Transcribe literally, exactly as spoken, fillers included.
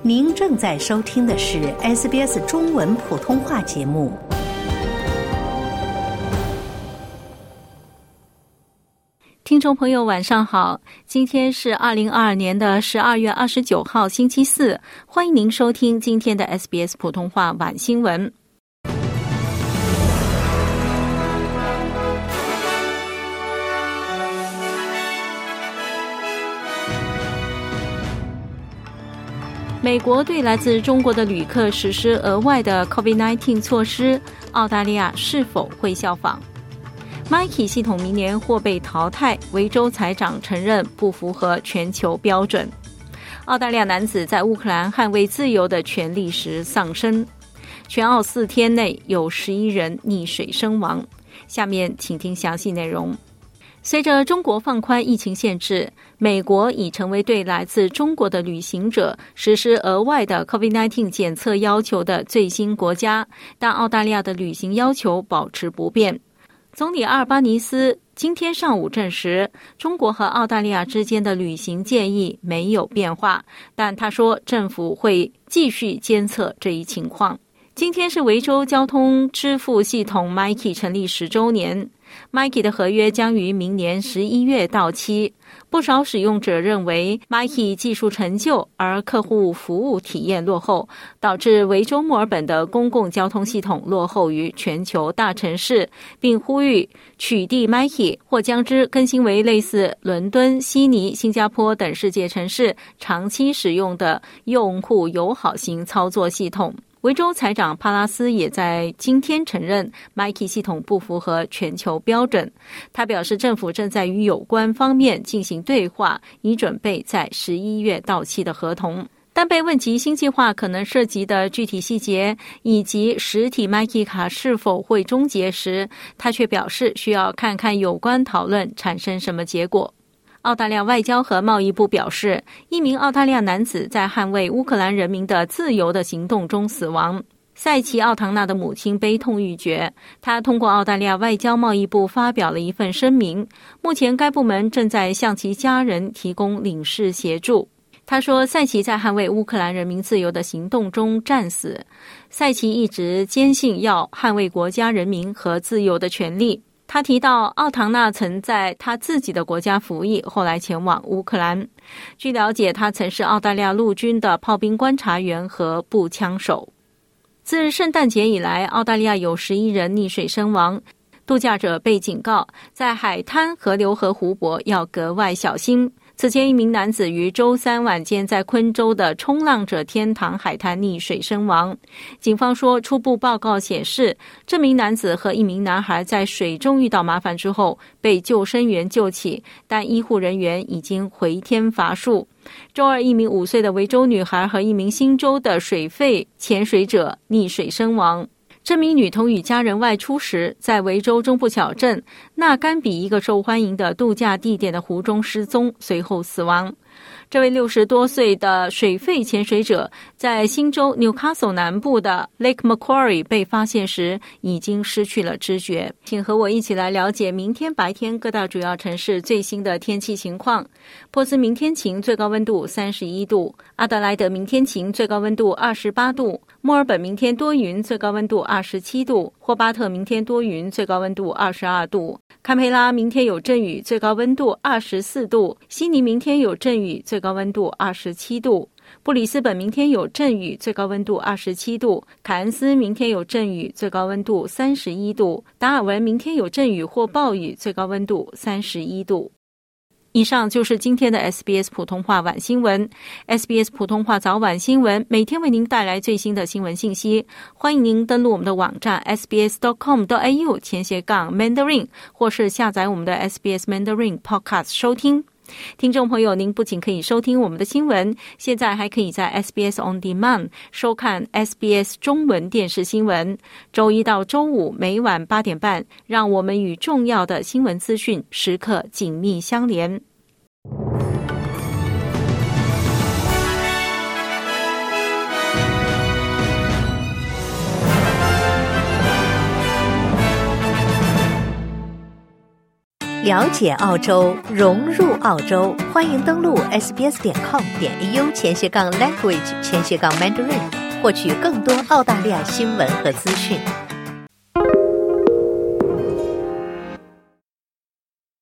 您正在收听的是 S B S 中文普通话节目。 听众朋友晚上好，今天是二零二二年的十二月二十九号星期四，欢迎您收听今天的 S B S 普通话晚新闻。美国对来自中国的旅客实施额外的 COVID 十九 措施，澳大利亚是否会效仿？ Myki 系统明年或被淘汰，维州财长承认不符合全球标准。澳大利亚男子在乌克兰捍卫自由的权利时丧生。全澳四天内有十一人溺水身亡。下面请听详细内容。随着中国放宽疫情限制，美国已成为对来自中国的旅行者实施额外的 COVID 十九 检测要求的最新国家，但澳大利亚的旅行要求保持不变。总理阿尔巴尼斯今天上午证实，中国和澳大利亚之间的旅行建议没有变化，但他说政府会继续监测这一情况。今天是维州交通支付系统 Myki 成立十周年。Myki 的合约将于明年十一月到期。不少使用者认为 Myki 技术陈旧，而客户服务体验落后，导致维州墨尔本的公共交通系统落后于全球大城市，并呼吁取缔 Myki 或将之更新为类似伦敦、悉尼、新加坡等世界城市长期使用的用户友好型操作系统。维州财长帕拉斯也在今天承认 Myki 系统不符合全球标准。他表示政府正在与有关方面进行对话，以准备在十一月到期的合同。但被问及新计划可能涉及的具体细节以及实体 Myki 卡是否会终结时，他却表示需要看看有关讨论产生什么结果。澳大利亚外交和贸易部表示，一名澳大利亚男子在捍卫乌克兰人民的自由的行动中死亡。塞奇·奥唐纳的母亲悲痛欲绝，他通过澳大利亚外交贸易部发表了一份声明，目前该部门正在向其家人提供领事协助。他说，塞奇在捍卫乌克兰人民自由的行动中战死。塞奇一直坚信要捍卫国家人民和自由的权利。他提到，奥唐纳曾在他自己的国家服役，后来前往乌克兰。据了解，他曾是澳大利亚陆军的炮兵观察员和步枪手。自圣诞节以来，澳大利亚有十一人溺水身亡。度假者被警告，在海滩、河流和湖泊要格外小心。此前，一名男子于周三晚间在昆州的冲浪者天堂海滩溺水身亡。警方说，初步报告显示，这名男子和一名男孩在水中遇到麻烦之后被救生员救起，但医护人员已经回天乏术。周二，一名五岁的维州女孩和一名新州的水肺潜水者溺水身亡。这名女童与家人外出时，在维州中部小镇纳甘比一个受欢迎的度假地点的湖中失踪，随后死亡。这位六十多岁的水肺潜水者在新州 Newcastle 南部的 Lake Macquarie 被发现时已经失去了知觉。请和我一起来了解明天白天各大主要城市最新的天气情况。珀斯明天晴，最高温度三十一度；阿德莱德明天晴，最高温度二十八度；墨尔本明天多云，最高温度二十七度；霍巴特明天多云，最高温度二十二度；堪培拉明天有阵雨，最高温度二十四度；悉尼明天有阵雨，最高温度二十七度；布里斯本明天有阵雨，最高温度二十七度；凯恩斯明天有阵雨，最高温度三十一度；达尔文明天有阵雨或暴雨，最高温度三十一度。以上就是今天的 S B S 普通话晚新闻。 S B S 普通话早晚新闻每天为您带来最新的新闻信息，欢迎您登录我们的网站 s b s dot com dot a u 前斜杠 Mandarin， 或是下载我们的 S B S Mandarin Podcast 收听。听众朋友，您不仅可以收听我们的新闻，现在还可以在 S B S On Demand 收看 S B S 中文电视新闻。周一到周五每晚八点半，让我们与重要的新闻资讯时刻紧密相连。 了解澳洲，融入澳洲，欢迎登录 sbs 点 com 点 au 前斜杠 language 前斜杠 mandarin，获取更多澳大利亚新闻和资讯。